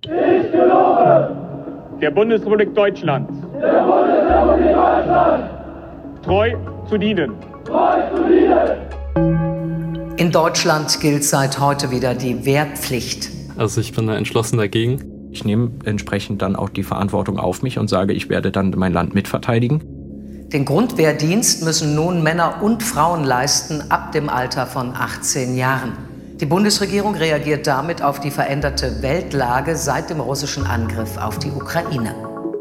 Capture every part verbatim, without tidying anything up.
Ich gelobe der Bundesrepublik Deutschland der Bundesrepublik Deutschland treu zu dienen. treu zu dienen. In Deutschland gilt seit heute wieder die Wehrpflicht. Also ich bin da entschlossen dagegen. Ich nehme entsprechend dann auch die Verantwortung auf mich und sage, ich werde dann mein Land mitverteidigen. Den Grundwehrdienst müssen nun Männer und Frauen leisten ab dem Alter von achtzehn Jahren. Die Bundesregierung reagiert damit auf die veränderte Weltlage seit dem russischen Angriff auf die Ukraine.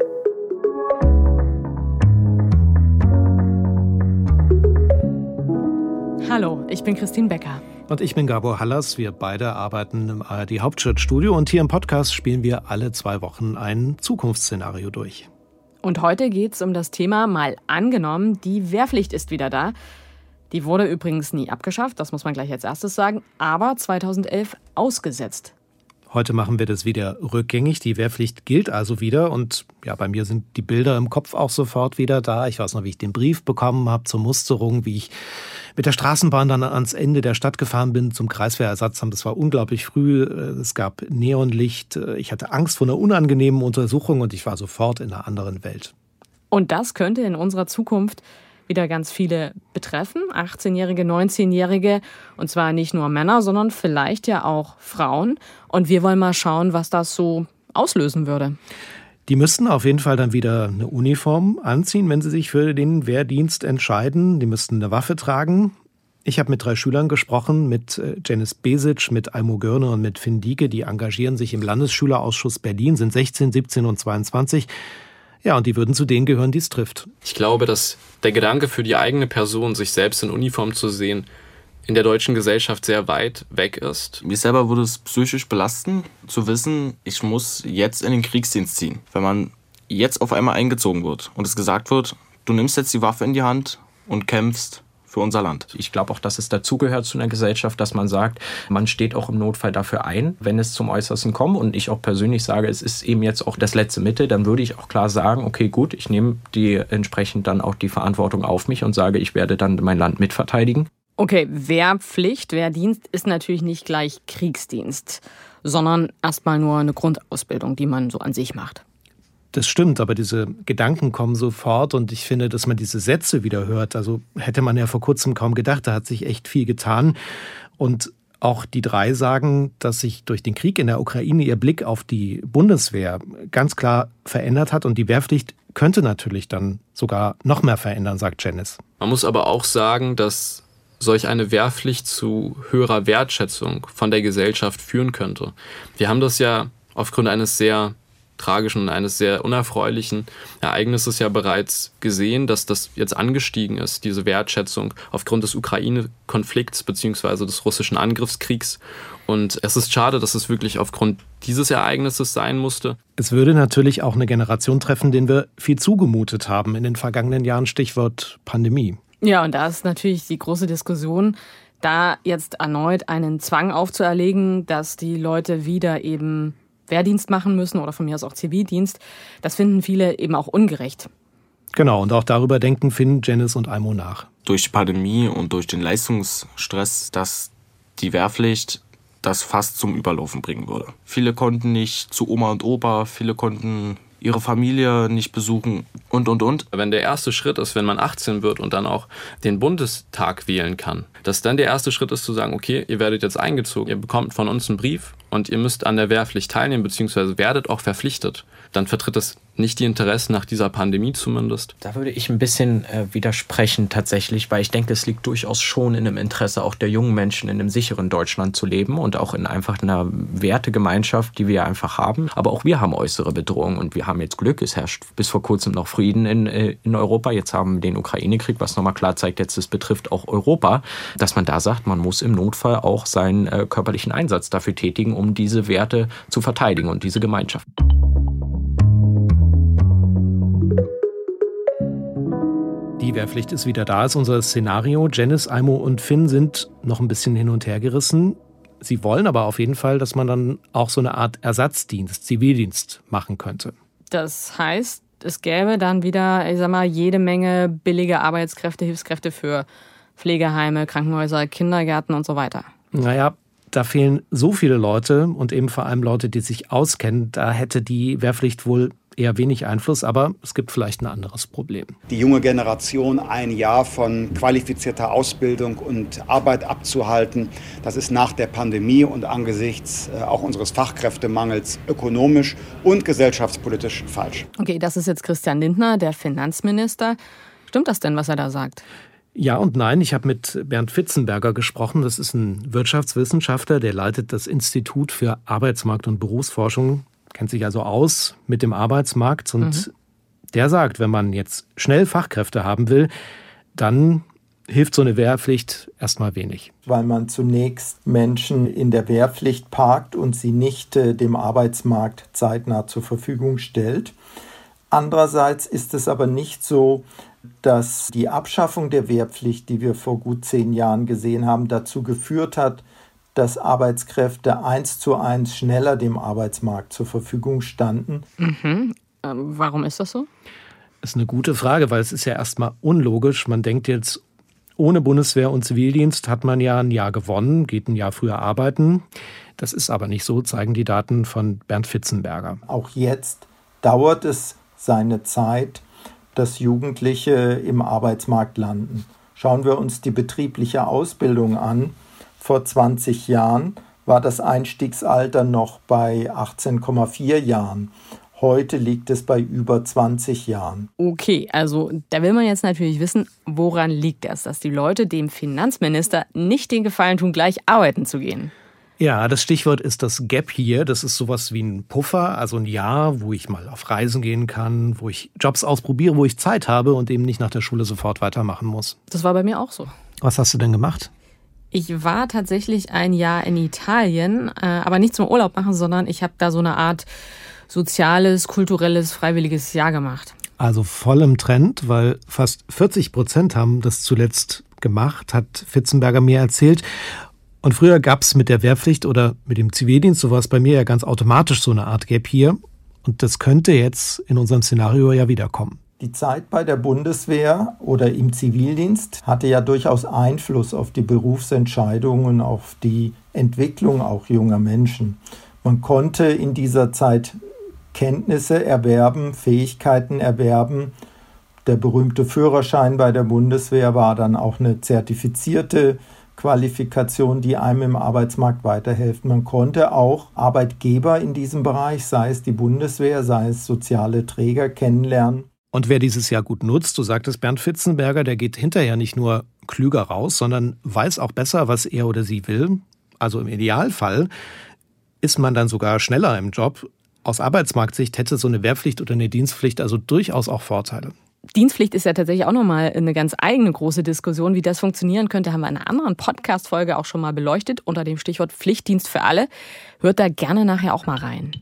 Hallo, ich bin Christine Becker. Und ich bin Gabor Hallas. Wir beide arbeiten im A R D Hauptstadtstudio und hier im Podcast spielen wir alle zwei Wochen ein Zukunftsszenario durch. Und heute geht es um das Thema, mal angenommen, die Wehrpflicht ist wieder da. Die wurde übrigens nie abgeschafft, das muss man gleich als erstes sagen, aber zweitausendelf ausgesetzt. Heute machen wir das wieder rückgängig. Die Wehrpflicht gilt also wieder. Und ja, bei mir sind die Bilder im Kopf auch sofort wieder da. Ich weiß noch, wie ich den Brief bekommen habe zur Musterung, wie ich mit der Straßenbahn dann ans Ende der Stadt gefahren bin zum Kreiswehrersatzamt. Das war unglaublich früh. Es gab Neonlicht. Ich hatte Angst vor einer unangenehmen Untersuchung und ich war sofort in einer anderen Welt. Und das könnte in unserer Zukunft wieder ganz viele betreffen, achtzehnjährige, neunzehnjährige, und zwar nicht nur Männer, sondern vielleicht ja auch Frauen. Und wir wollen mal schauen, was das so auslösen würde. Die müssten auf jeden Fall dann wieder eine Uniform anziehen, wenn sie sich für den Wehrdienst entscheiden. Die müssten eine Waffe tragen. Ich habe mit drei Schülern gesprochen, mit Janice Besic, mit Almo Görne und mit Finn Dieke. Die engagieren sich im Landesschülerausschuss Berlin, sind sechzehn, siebzehn und zweiundzwanzig. Ja, und die würden zu denen gehören, die es trifft. Ich glaube, dass der Gedanke für die eigene Person, sich selbst in Uniform zu sehen, in der deutschen Gesellschaft sehr weit weg ist. Mir selber würde es psychisch belasten, zu wissen, ich muss jetzt in den Kriegsdienst ziehen. Wenn man jetzt auf einmal eingezogen wird und es gesagt wird, du nimmst jetzt die Waffe in die Hand und kämpfst für unser Land. Ich glaube auch, dass es dazugehört zu einer Gesellschaft, dass man sagt, man steht auch im Notfall dafür ein, wenn es zum Äußersten kommt. Und ich auch persönlich sage, es ist eben jetzt auch das letzte Mittel. Dann würde ich auch klar sagen, okay, gut, ich nehme die entsprechend dann auch die Verantwortung auf mich und sage, ich werde dann mein Land mitverteidigen. Okay, Wehrpflicht, Wehrdienst ist natürlich nicht gleich Kriegsdienst, sondern erstmal nur eine Grundausbildung, die man so an sich macht. Das stimmt, aber diese Gedanken kommen sofort und ich finde, dass man diese Sätze wieder hört. Also hätte man ja vor kurzem kaum gedacht, da hat sich echt viel getan. Und auch die drei sagen, dass sich durch den Krieg in der Ukraine ihr Blick auf die Bundeswehr ganz klar verändert hat und die Wehrpflicht könnte natürlich dann sogar noch mehr verändern, sagt Janice. Man muss aber auch sagen, dass solch eine Wehrpflicht zu höherer Wertschätzung von der Gesellschaft führen könnte. Wir haben das ja aufgrund eines sehr tragischen und eines sehr unerfreulichen Ereignisses ja bereits gesehen, dass das jetzt angestiegen ist, diese Wertschätzung aufgrund des Ukraine-Konflikts bzw. des russischen Angriffskriegs. Und es ist schade, dass es wirklich aufgrund dieses Ereignisses sein musste. Es würde natürlich auch eine Generation treffen, denen wir viel zugemutet haben in den vergangenen Jahren, Stichwort Pandemie. Ja, und da ist natürlich die große Diskussion, da jetzt erneut einen Zwang aufzuerlegen, dass die Leute wieder eben Wehrdienst machen müssen oder von mir aus auch Zivildienst. Das finden viele eben auch ungerecht. Genau, und auch darüber denken Finn, Janice und Almo nach. Durch die Pandemie und durch den Leistungsstress, dass die Wehrpflicht das fast zum Überlaufen bringen würde. Viele konnten nicht zu Oma und Opa, viele konnten ihre Familie nicht besuchen und, und, und. Wenn der erste Schritt ist, wenn man achtzehn wird und dann auch den Bundestag wählen kann, dass dann der erste Schritt ist zu sagen, okay, ihr werdet jetzt eingezogen, ihr bekommt von uns einen Brief und ihr müsst an der Wehrpflicht teilnehmen, beziehungsweise werdet auch verpflichtet. Dann vertritt das nicht die Interessen nach dieser Pandemie zumindest. Da würde ich ein bisschen äh, widersprechen tatsächlich, weil ich denke, es liegt durchaus schon in dem Interesse auch der jungen Menschen in einem sicheren Deutschland zu leben und auch in einfach einer Wertegemeinschaft, die wir einfach haben. Aber auch wir haben äußere Bedrohungen und wir haben jetzt Glück. Es herrscht bis vor kurzem noch Frieden in, äh, in Europa. Jetzt haben wir den Ukraine-Krieg, was nochmal klar zeigt, jetzt es betrifft auch Europa, dass man da sagt, man muss im Notfall auch seinen äh, körperlichen Einsatz dafür tätigen, um diese Werte zu verteidigen und diese Gemeinschaft. Die Wehrpflicht ist wieder da, ist unser Szenario. Janice, Almo und Finn sind noch ein bisschen hin und her gerissen. Sie wollen aber auf jeden Fall, dass man dann auch so eine Art Ersatzdienst, Zivildienst machen könnte. Das heißt, es gäbe dann wieder, ich sag mal, jede Menge billige Arbeitskräfte, Hilfskräfte für Pflegeheime, Krankenhäuser, Kindergärten und so weiter. Naja, da fehlen so viele Leute und eben vor allem Leute, die sich auskennen. Da hätte die Wehrpflicht wohl eher wenig Einfluss, aber es gibt vielleicht ein anderes Problem. Die junge Generation ein Jahr von qualifizierter Ausbildung und Arbeit abzuhalten, das ist nach der Pandemie und angesichts auch unseres Fachkräftemangels ökonomisch und gesellschaftspolitisch falsch. Okay, das ist jetzt Christian Lindner, der Finanzminister. Stimmt das denn, was er da sagt? Ja und nein. Ich habe mit Bernd Fitzenberger gesprochen. Das ist ein Wirtschaftswissenschaftler, der leitet das Institut für Arbeitsmarkt- und Berufsforschung, kennt sich also aus mit dem Arbeitsmarkt. Und mhm. der sagt, wenn man jetzt schnell Fachkräfte haben will, dann hilft so eine Wehrpflicht erstmal wenig. Weil man zunächst Menschen in der Wehrpflicht parkt und sie nicht äh, dem Arbeitsmarkt zeitnah zur Verfügung stellt. Andererseits ist es aber nicht so, dass die Abschaffung der Wehrpflicht, die wir vor gut zehn Jahren gesehen haben, dazu geführt hat, dass Arbeitskräfte eins zu eins schneller dem Arbeitsmarkt zur Verfügung standen. Mhm. Ähm, warum ist das so? Das ist eine gute Frage, weil es ist ja erstmal unlogisch. Man denkt jetzt, ohne Bundeswehr und Zivildienst hat man ja ein Jahr gewonnen, geht ein Jahr früher arbeiten. Das ist aber nicht so, zeigen die Daten von Bernd Fitzenberger. Auch jetzt dauert es seine Zeit, dass Jugendliche im Arbeitsmarkt landen. Schauen wir uns die betriebliche Ausbildung an. Vor zwanzig Jahren war das Einstiegsalter noch bei achtzehn Komma vier Jahren. Heute liegt es bei über zwanzig Jahren. Okay, also da will man jetzt natürlich wissen, woran liegt das, dass die Leute dem Finanzminister nicht den Gefallen tun, gleich arbeiten zu gehen? Ja, das Stichwort ist das Gap Year. Das ist sowas wie ein Puffer, also ein Jahr, wo ich mal auf Reisen gehen kann, wo ich Jobs ausprobiere, wo ich Zeit habe und eben nicht nach der Schule sofort weitermachen muss. Das war bei mir auch so. Was hast du denn gemacht? Ich war tatsächlich ein Jahr in Italien, aber nicht zum Urlaub machen, sondern ich habe da so eine Art soziales, kulturelles, freiwilliges Jahr gemacht. Also voll im Trend, weil fast vierzig Prozent haben das zuletzt gemacht, hat Fitzenberger mir erzählt. Und früher gab es mit der Wehrpflicht oder mit dem Zivildienst, so war es bei mir ja ganz automatisch so eine Art Gap hier. Und das könnte jetzt in unserem Szenario ja wiederkommen. Die Zeit bei der Bundeswehr oder im Zivildienst hatte ja durchaus Einfluss auf die Berufsentscheidungen, auf die Entwicklung auch junger Menschen. Man konnte in dieser Zeit Kenntnisse erwerben, Fähigkeiten erwerben. Der berühmte Führerschein bei der Bundeswehr war dann auch eine zertifizierte Qualifikation, die einem im Arbeitsmarkt weiterhilft. Man konnte auch Arbeitgeber in diesem Bereich, sei es die Bundeswehr, sei es soziale Träger, kennenlernen. Und wer dieses Jahr gut nutzt, du sagtest Bernd Fitzenberger, der geht hinterher nicht nur klüger raus, sondern weiß auch besser, was er oder sie will. Also im Idealfall ist man dann sogar schneller im Job. Aus Arbeitsmarktsicht hätte so eine Wehrpflicht oder eine Dienstpflicht also durchaus auch Vorteile. Dienstpflicht ist ja tatsächlich auch nochmal eine ganz eigene große Diskussion. Wie das funktionieren könnte, haben wir in einer anderen Podcast-Folge auch schon mal beleuchtet, unter dem Stichwort Pflichtdienst für alle. Hört da gerne nachher auch mal rein.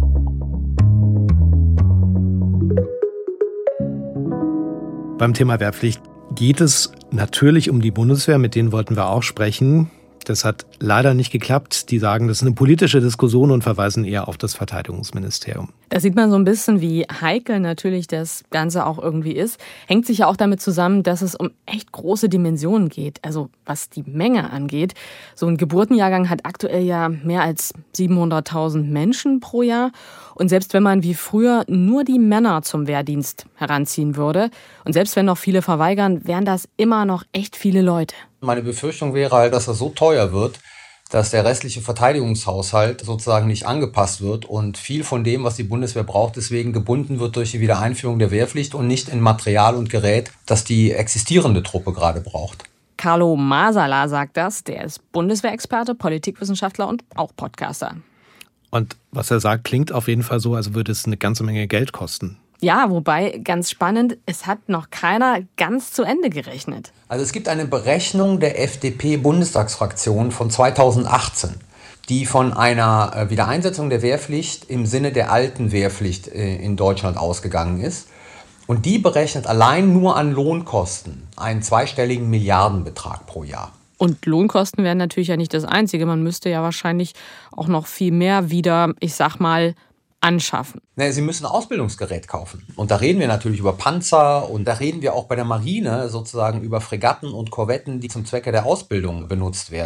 Beim Thema Wehrpflicht geht es natürlich um die Bundeswehr, mit denen wollten wir auch sprechen. Das hat leider nicht geklappt. Die sagen, das ist eine politische Diskussion und verweisen eher auf das Verteidigungsministerium. Da sieht man so ein bisschen, wie heikel natürlich das Ganze auch irgendwie ist. Hängt sich ja auch damit zusammen, dass es um echt große Dimensionen geht. Also was die Menge angeht. So ein Geburtenjahrgang hat aktuell ja mehr als siebenhunderttausend Menschen pro Jahr. Und selbst wenn man wie früher nur die Männer zum Wehrdienst heranziehen würde und selbst wenn noch viele verweigern, wären das immer noch echt viele Leute. Meine Befürchtung wäre halt, dass das so teuer wird, dass der restliche Verteidigungshaushalt sozusagen nicht angepasst wird und viel von dem, was die Bundeswehr braucht, deswegen gebunden wird durch die Wiedereinführung der Wehrpflicht und nicht in Material und Gerät, das die existierende Truppe gerade braucht. Carlo Masala sagt das. Der ist Bundeswehrexperte, Politikwissenschaftler und auch Podcaster. Und was er sagt, klingt auf jeden Fall so, als würde es eine ganze Menge Geld kosten. Ja, wobei, ganz spannend, es hat noch keiner ganz zu Ende gerechnet. Also es gibt eine Berechnung der F D P-Bundestagsfraktion von zweitausendachtzehn, die von einer Wiedereinsetzung der Wehrpflicht im Sinne der alten Wehrpflicht in Deutschland ausgegangen ist. Und die berechnet allein nur an Lohnkosten einen zweistelligen Milliardenbetrag pro Jahr. Und Lohnkosten wären natürlich ja nicht das Einzige. Man müsste ja wahrscheinlich auch noch viel mehr wieder, ich sag mal, anschaffen. Nee, sie müssen Ausbildungsgerät kaufen. Und da reden wir natürlich über Panzer und da reden wir auch bei der Marine sozusagen über Fregatten und Korvetten, die zum Zwecke der Ausbildung benutzt werden.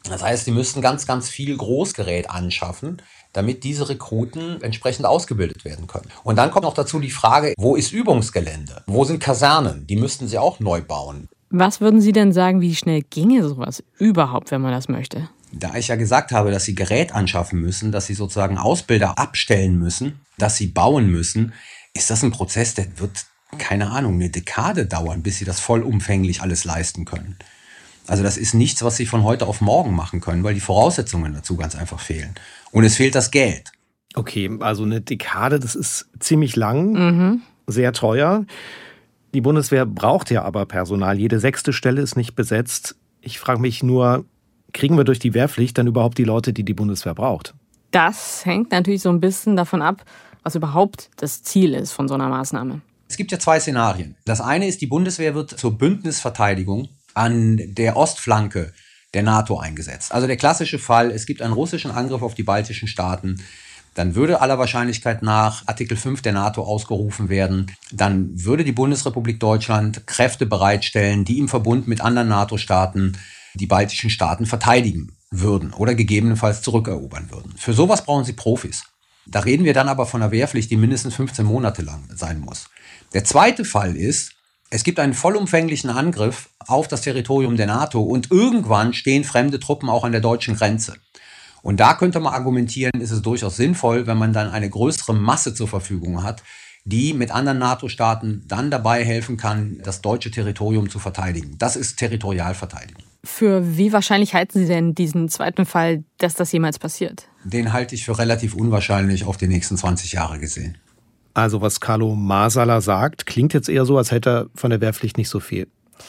Das heißt, sie müssten ganz, ganz viel Großgerät anschaffen, damit diese Rekruten entsprechend ausgebildet werden können. Und dann kommt noch dazu die Frage, wo ist Übungsgelände? Wo sind Kasernen? Die müssten sie auch neu bauen. Was würden Sie denn sagen, wie schnell ginge sowas überhaupt, wenn man das möchte? Da ich ja gesagt habe, dass sie Gerät anschaffen müssen, dass sie sozusagen Ausbilder abstellen müssen, dass sie bauen müssen, ist das ein Prozess, der wird, keine Ahnung, eine Dekade dauern, bis sie das vollumfänglich alles leisten können. Also das ist nichts, was sie von heute auf morgen machen können, weil die Voraussetzungen dazu ganz einfach fehlen. Und es fehlt das Geld. Okay, also eine Dekade, das ist ziemlich lang, Mhm. sehr teuer. Die Bundeswehr braucht ja aber Personal. Jede sechste Stelle ist nicht besetzt. Ich frage mich nur, kriegen wir durch die Wehrpflicht dann überhaupt die Leute, die die Bundeswehr braucht? Das hängt natürlich so ein bisschen davon ab, was überhaupt das Ziel ist von so einer Maßnahme. Es gibt ja zwei Szenarien. Das eine ist, die Bundeswehr wird zur Bündnisverteidigung an der Ostflanke der NATO eingesetzt. Also der klassische Fall, es gibt einen russischen Angriff auf die baltischen Staaten, dann würde aller Wahrscheinlichkeit nach Artikel fünf der NATO ausgerufen werden. Dann würde die Bundesrepublik Deutschland Kräfte bereitstellen, die im Verbund mit anderen NATO-Staaten die baltischen Staaten verteidigen würden oder gegebenenfalls zurückerobern würden. Für sowas brauchen sie Profis. Da reden wir dann aber von einer Wehrpflicht, die mindestens fünfzehn Monate lang sein muss. Der zweite Fall ist, es gibt einen vollumfänglichen Angriff auf das Territorium der NATO und irgendwann stehen fremde Truppen auch an der deutschen Grenze. Und da könnte man argumentieren, ist es durchaus sinnvoll, wenn man dann eine größere Masse zur Verfügung hat, die mit anderen NATO-Staaten dann dabei helfen kann, das deutsche Territorium zu verteidigen. Das ist Territorialverteidigung. Für wie wahrscheinlich halten Sie denn diesen zweiten Fall, dass das jemals passiert? Den halte ich für relativ unwahrscheinlich auf die nächsten zwanzig Jahre gesehen. Also was Carlo Marsala sagt, klingt jetzt eher so, als hätte er von der Wehrpflicht nicht so viel.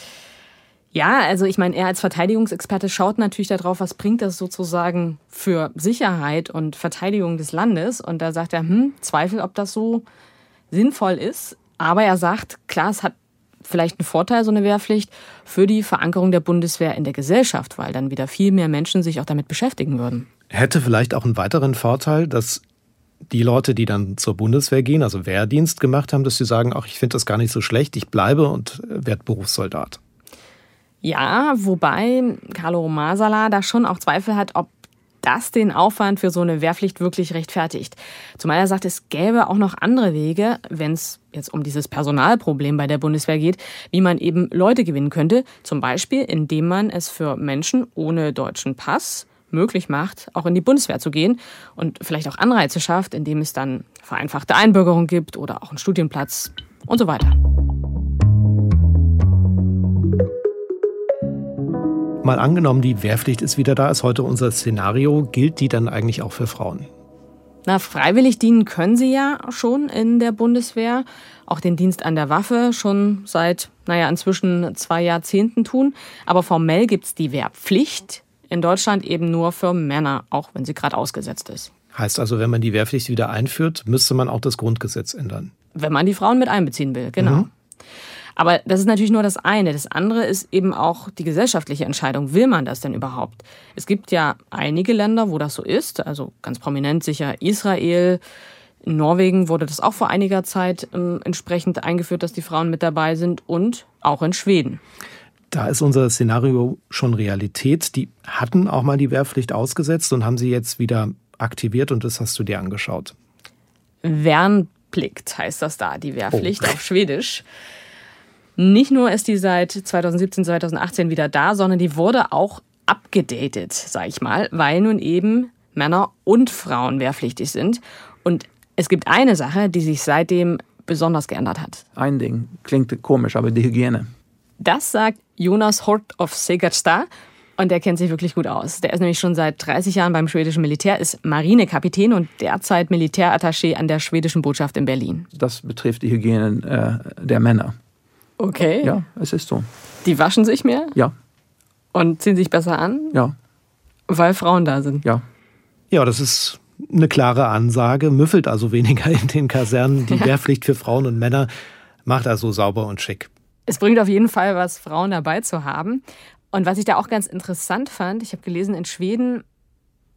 Ja, also ich meine, er als Verteidigungsexperte schaut natürlich darauf, was bringt das sozusagen für Sicherheit und Verteidigung des Landes. Und da sagt er, hm, Zweifel, ob das so sinnvoll ist. Aber er sagt, klar, es hat vielleicht einen Vorteil, so eine Wehrpflicht, für die Verankerung der Bundeswehr in der Gesellschaft, weil dann wieder viel mehr Menschen sich auch damit beschäftigen würden. Hätte vielleicht auch einen weiteren Vorteil, dass die Leute, die dann zur Bundeswehr gehen, also Wehrdienst gemacht haben, dass sie sagen, ach, ich finde das gar nicht so schlecht, ich bleibe und werde Berufssoldat. Ja, wobei Carlo Marsala da schon auch Zweifel hat, ob das den Aufwand für so eine Wehrpflicht wirklich rechtfertigt. Zumal er sagt, es gäbe auch noch andere Wege, wenn es jetzt um dieses Personalproblem bei der Bundeswehr geht, wie man eben Leute gewinnen könnte. Zum Beispiel, indem man es für Menschen ohne deutschen Pass möglich macht, auch in die Bundeswehr zu gehen und vielleicht auch Anreize schafft, indem es dann vereinfachte Einbürgerung gibt oder auch einen Studienplatz und so weiter. Mal angenommen, die Wehrpflicht ist wieder da, ist heute unser Szenario. Gilt die dann eigentlich auch für Frauen? Na, freiwillig dienen können sie ja schon in der Bundeswehr. Auch den Dienst an der Waffe schon seit, naja, inzwischen zwei Jahrzehnten tun. Aber formell gibt's die Wehrpflicht in Deutschland eben nur für Männer, auch wenn sie gerade ausgesetzt ist. Heißt also, wenn man die Wehrpflicht wieder einführt, müsste man auch das Grundgesetz ändern? Wenn man die Frauen mit einbeziehen will, genau. Mhm. Aber das ist natürlich nur das eine. Das andere ist eben auch die gesellschaftliche Entscheidung. Will man das denn überhaupt? Es gibt ja einige Länder, wo das so ist. Also ganz prominent sicher Israel. In Norwegen wurde das auch vor einiger Zeit äh, entsprechend eingeführt, dass die Frauen mit dabei sind. Und auch in Schweden. Da ist unser Szenario schon Realität. Die hatten auch mal die Wehrpflicht ausgesetzt und haben sie jetzt wieder aktiviert. Und das hast du dir angeschaut. Värnplikt heißt das da, die Wehrpflicht oh. auf Schwedisch. Nicht nur ist die seit zweitausendsiebzehn, zweitausendachtzehn wieder da, sondern die wurde auch abgedatet, sag ich mal, weil nun eben Männer und Frauen wehrpflichtig sind. Und es gibt eine Sache, die sich seitdem besonders geändert hat. Ein Ding, klingt komisch, aber die Hygiene. Das sagt Jonas Hort of Segerstad und der kennt sich wirklich gut aus. Der ist nämlich schon seit dreißig Jahren beim schwedischen Militär, ist Marinekapitän und derzeit Militärattaché an der schwedischen Botschaft in Berlin. Das betrifft die Hygiene äh, der Männer. Okay. Ja, es ist so. Die waschen sich mehr? Ja. Und ziehen sich besser an? Ja. Weil Frauen da sind? Ja. Ja, das ist eine klare Ansage. Müffelt also weniger in den Kasernen. Die Wehrpflicht für Frauen und Männer macht also sauber und schick. Es bringt auf jeden Fall was, Frauen dabei zu haben. Und was ich da auch ganz interessant fand, ich habe gelesen, in Schweden,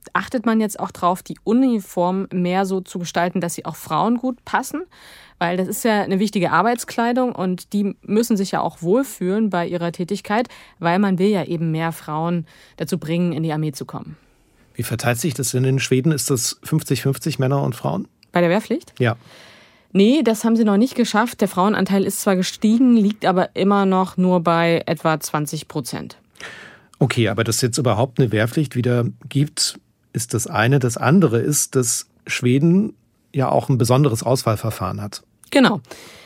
Achtet man jetzt auch drauf, die Uniform mehr so zu gestalten, dass sie auch Frauen gut passen? Weil das ist ja eine wichtige Arbeitskleidung und die müssen sich ja auch wohlfühlen bei ihrer Tätigkeit, weil man will ja eben mehr Frauen dazu bringen, in die Armee zu kommen. Wie verteilt sich das denn in Schweden? Ist das fünfzig fünfzig Männer und Frauen? Bei der Wehrpflicht? Ja. Nee, das haben sie noch nicht geschafft. Der Frauenanteil ist zwar gestiegen, liegt aber immer noch nur bei etwa zwanzig Prozent. Okay, aber dass es jetzt überhaupt eine Wehrpflicht wieder gibt, ist das eine. Das andere ist, dass Schweden ja auch ein besonderes Auswahlverfahren hat. Genau.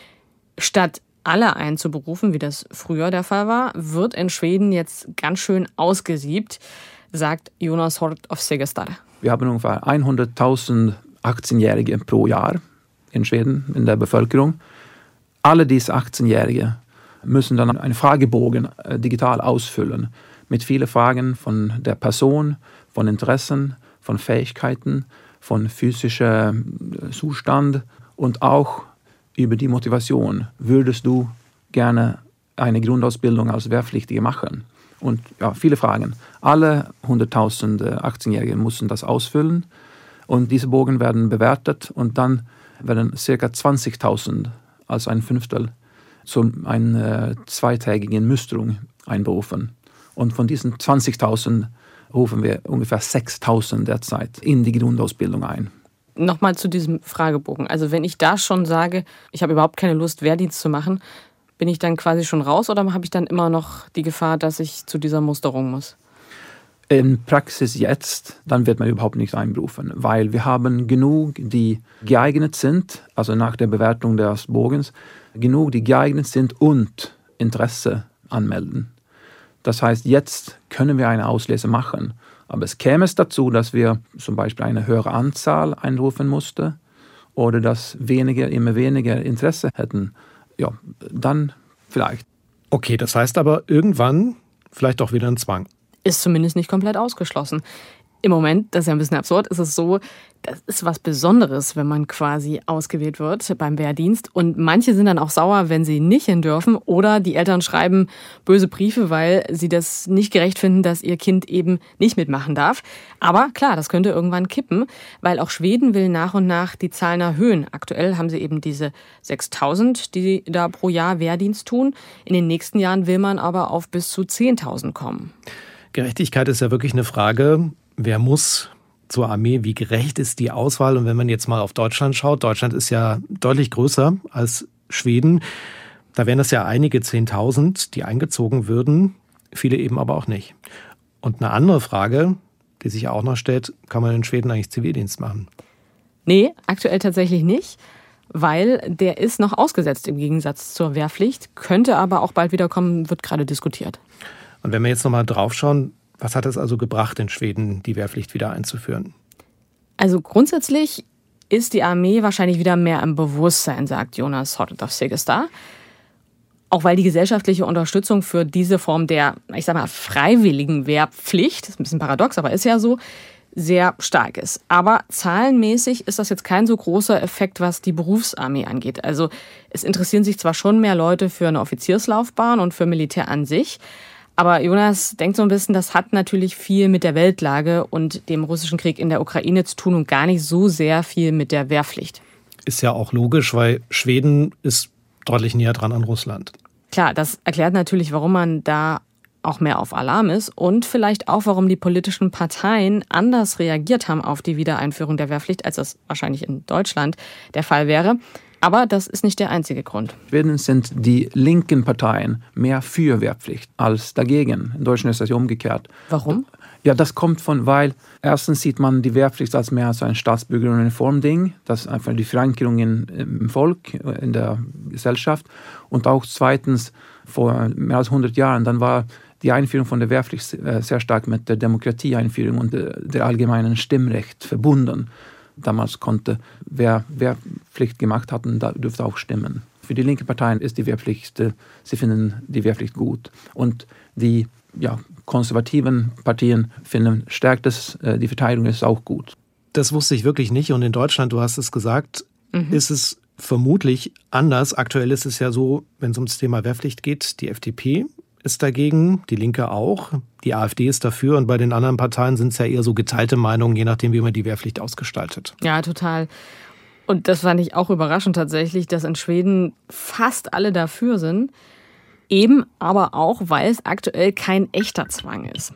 Statt alle einzuberufen, wie das früher der Fall war, wird in Schweden jetzt ganz schön ausgesiebt, sagt Jonas Hort auf Segestar. Wir haben ungefähr hunderttausend achtzehnjährige pro Jahr in Schweden, in der Bevölkerung. Alle diese achtzehnjährige müssen dann einen Fragebogen äh, digital ausfüllen. Mit vielen Fragen von der Person, von Interessen, von Fähigkeiten, von physischen Zustand und auch über die Motivation. Würdest du gerne eine Grundausbildung als Wehrpflichtige machen? Und ja, viele Fragen. Alle hunderttausend achtzehnjährigen müssen das ausfüllen und diese Bogen werden bewertet und dann werden ca. zwanzigtausend, also ein Fünftel, zu einer äh, zweitägigen Musterung einberufen. Und von diesen zwanzigtausend rufen wir ungefähr sechstausend derzeit in die Grundausbildung ein. Nochmal zu diesem Fragebogen. Also wenn ich da schon sage, ich habe überhaupt keine Lust, Wehrdienst zu machen, bin ich dann quasi schon raus oder habe ich dann immer noch die Gefahr, dass ich zu dieser Musterung muss? In Praxis jetzt, dann wird man überhaupt nicht einberufen, weil wir haben genug, die geeignet sind, also nach der Bewertung des Bogens, genug, die geeignet sind und Interesse anmelden. Das heißt, jetzt können wir eine Auslese machen. Aber es käme es dazu, dass wir zum Beispiel eine höhere Anzahl einrufen mussten oder dass weniger, immer weniger Interesse hätten. Ja, dann vielleicht. Okay, das heißt aber irgendwann vielleicht auch wieder ein Zwang. Ist zumindest nicht komplett ausgeschlossen. Im Moment, das ist ja ein bisschen absurd, ist es so, das ist was Besonderes, wenn man quasi ausgewählt wird beim Wehrdienst. Und manche sind dann auch sauer, wenn sie nicht hin dürfen. Oder die Eltern schreiben böse Briefe, weil sie das nicht gerecht finden, dass ihr Kind eben nicht mitmachen darf. Aber klar, das könnte irgendwann kippen, weil auch Schweden will nach und nach die Zahlen erhöhen. Aktuell haben sie eben diese sechstausend, die da pro Jahr Wehrdienst tun. In den nächsten Jahren will man aber auf bis zu zehntausend kommen. Gerechtigkeit ist ja wirklich eine Frage. Wer muss zur Armee? Wie gerecht ist die Auswahl? Und wenn man jetzt mal auf Deutschland schaut, Deutschland ist ja deutlich größer als Schweden. Da wären das ja einige Zehntausend, die eingezogen würden, viele eben aber auch nicht. Und eine andere Frage, die sich auch noch stellt, kann man in Schweden eigentlich Zivildienst machen? Nee, aktuell tatsächlich nicht, weil der ist noch ausgesetzt im Gegensatz zur Wehrpflicht, könnte aber auch bald wieder kommen, wird gerade diskutiert. Und wenn wir jetzt nochmal drauf schauen, was hat es also gebracht, in Schweden die Wehrpflicht wieder einzuführen? Also grundsätzlich ist die Armee wahrscheinlich wieder mehr im Bewusstsein, sagt Jonas Hort auf Segestar. Auch weil die gesellschaftliche Unterstützung für diese Form der, ich sag mal, freiwilligen Wehrpflicht, das ist ein bisschen paradox, aber ist ja so, sehr stark ist. Aber zahlenmäßig ist das jetzt kein so großer Effekt, was die Berufsarmee angeht. Also es interessieren sich zwar schon mehr Leute für eine Offizierslaufbahn und für Militär an sich, aber Jonas denkt so ein bisschen, das hat natürlich viel mit der Weltlage und dem russischen Krieg in der Ukraine zu tun und gar nicht so sehr viel mit der Wehrpflicht. Ist ja auch logisch, weil Schweden ist deutlich näher dran an Russland. Klar, das erklärt natürlich, warum man da auch mehr auf Alarm ist und vielleicht auch, warum die politischen Parteien anders reagiert haben auf die Wiedereinführung der Wehrpflicht, als das wahrscheinlich in Deutschland der Fall wäre. Aber das ist nicht der einzige Grund. In Schweden sind die linken Parteien mehr für Wehrpflicht als dagegen. In Deutschland ist das ja umgekehrt. Warum? Ja, das kommt von, weil erstens sieht man die Wehrpflicht als mehr als ein Staatsbürgeruniform-Ding. Das ist einfach die Verankerung in, im Volk, in der Gesellschaft. Und auch zweitens, vor mehr als hundert Jahren, dann war die Einführung von der Wehrpflicht sehr stark mit der Demokratieeinführung und der allgemeinen Stimmrecht verbunden. Damals konnte, wer Wehrpflicht gemacht hat, da dürfte auch stimmen. Für die linken Parteien ist die Wehrpflicht, sie finden die Wehrpflicht gut. Und die ja, konservativen Parteien finden, stärkt es, die Verteidigung ist auch gut. Das wusste ich wirklich nicht. Und in Deutschland, du hast es gesagt, mhm. ist es vermutlich anders. Aktuell ist es ja so, wenn es ums Thema Wehrpflicht geht, die F D P ist dagegen, die Linke auch, die AfD ist dafür und bei den anderen Parteien sind es ja eher so geteilte Meinungen, je nachdem, wie man die Wehrpflicht ausgestaltet. Ja, total. Und das fand ich auch überraschend tatsächlich, dass in Schweden fast alle dafür sind. Eben aber auch, weil es aktuell kein echter Zwang ist.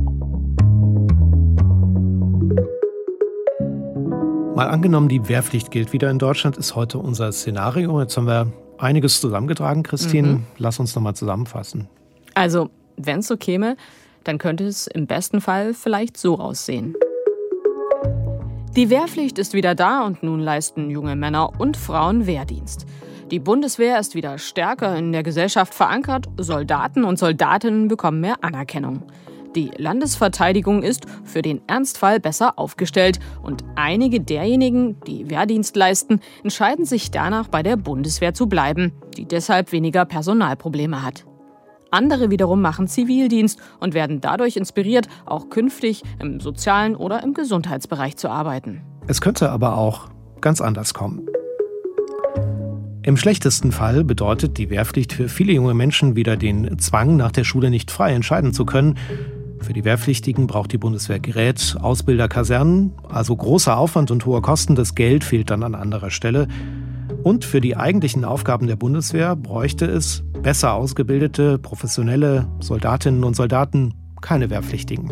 Mal angenommen, die Wehrpflicht gilt wieder in Deutschland, ist heute unser Szenario. Jetzt haben wir einiges zusammengetragen, Christine. Mhm. Lass uns nochmal zusammenfassen. Also, wenn es so käme, dann könnte es im besten Fall vielleicht so aussehen. Die Wehrpflicht ist wieder da und nun leisten junge Männer und Frauen Wehrdienst. Die Bundeswehr ist wieder stärker in der Gesellschaft verankert, Soldaten und Soldatinnen bekommen mehr Anerkennung. Die Landesverteidigung ist für den Ernstfall besser aufgestellt und einige derjenigen, die Wehrdienst leisten, entscheiden sich danach, bei der Bundeswehr zu bleiben, die deshalb weniger Personalprobleme hat. Andere wiederum machen Zivildienst und werden dadurch inspiriert, auch künftig im sozialen oder im Gesundheitsbereich zu arbeiten. Es könnte aber auch ganz anders kommen. Im schlechtesten Fall bedeutet die Wehrpflicht für viele junge Menschen wieder den Zwang, nach der Schule nicht frei entscheiden zu können. Für die Wehrpflichtigen braucht die Bundeswehr Gerät, Ausbilder, Kasernen, also großer Aufwand und hohe Kosten. Das Geld fehlt dann an anderer Stelle. Und für die eigentlichen Aufgaben der Bundeswehr bräuchte es besser ausgebildete, professionelle Soldatinnen und Soldaten, keine Wehrpflichtigen.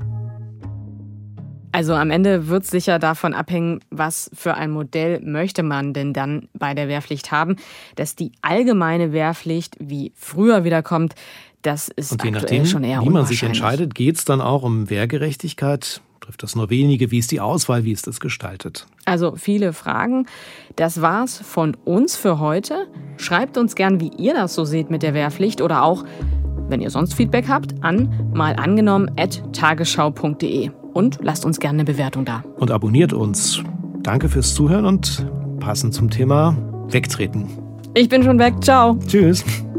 Also am Ende wird es sicher davon abhängen, was für ein Modell möchte man denn dann bei der Wehrpflicht haben. Dass die allgemeine Wehrpflicht wie früher wiederkommt, das ist und je aktuell nachdem, schon eher wie man sich unwahrscheinlich. entscheidet, geht es dann auch um Wehrgerechtigkeit. Trifft das nur wenige? Wie ist die Auswahl? Wie ist das gestaltet? Also viele Fragen. Das war's von uns für heute. Schreibt uns gern, wie ihr das so seht mit der Wehrpflicht oder auch, wenn ihr sonst Feedback habt, an malangenommen at tagesschau punkt de und lasst uns gerne eine Bewertung da. Und abonniert uns. Danke fürs Zuhören und passend zum Thema Wegtreten. Ich bin schon weg. Ciao. Tschüss.